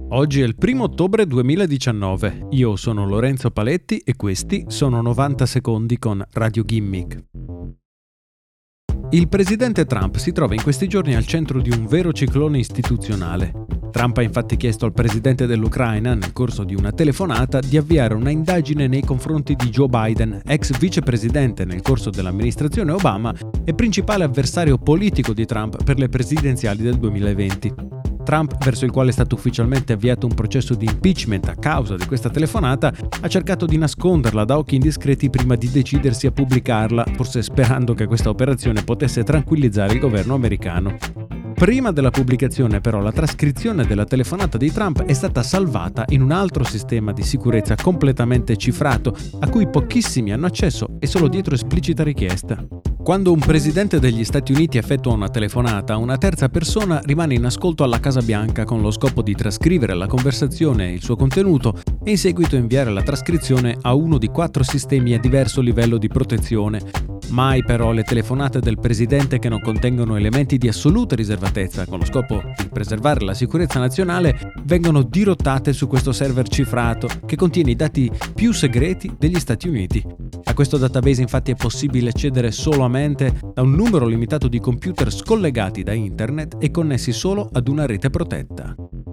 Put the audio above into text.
Oggi è il 1 ottobre 2019, io sono Lorenzo Paletti e questi sono 90 secondi con Radio Gimmick. Il presidente Trump si trova in questi giorni al centro di un vero ciclone istituzionale. Trump ha infatti chiesto al presidente dell'Ucraina, nel corso di una telefonata, di avviare una indagine nei confronti di Joe Biden, ex vicepresidente nel corso dell'amministrazione Obama e principale avversario politico di Trump per le presidenziali del 2020. Trump, verso il quale è stato ufficialmente avviato un processo di impeachment a causa di questa telefonata, ha cercato di nasconderla da occhi indiscreti prima di decidersi a pubblicarla, forse sperando che questa operazione potesse tranquillizzare il governo americano. Prima della pubblicazione, però, la trascrizione della telefonata di Trump è stata salvata in un altro sistema di sicurezza completamente cifrato, a cui pochissimi hanno accesso e solo dietro esplicita richiesta. Quando un presidente degli Stati Uniti effettua una telefonata, una terza persona rimane in ascolto alla Casa Bianca con lo scopo di trascrivere la conversazione e il suo contenuto e in seguito inviare la trascrizione a uno di 4 sistemi a diverso livello di protezione. Mai però le telefonate del presidente che non contengono elementi di assoluta riservatezza con lo scopo di preservare la sicurezza nazionale vengono dirottate su questo server cifrato che contiene i dati più segreti degli Stati Uniti. A questo database infatti è possibile accedere solamente da un numero limitato di computer scollegati da internet e connessi solo ad una rete protetta.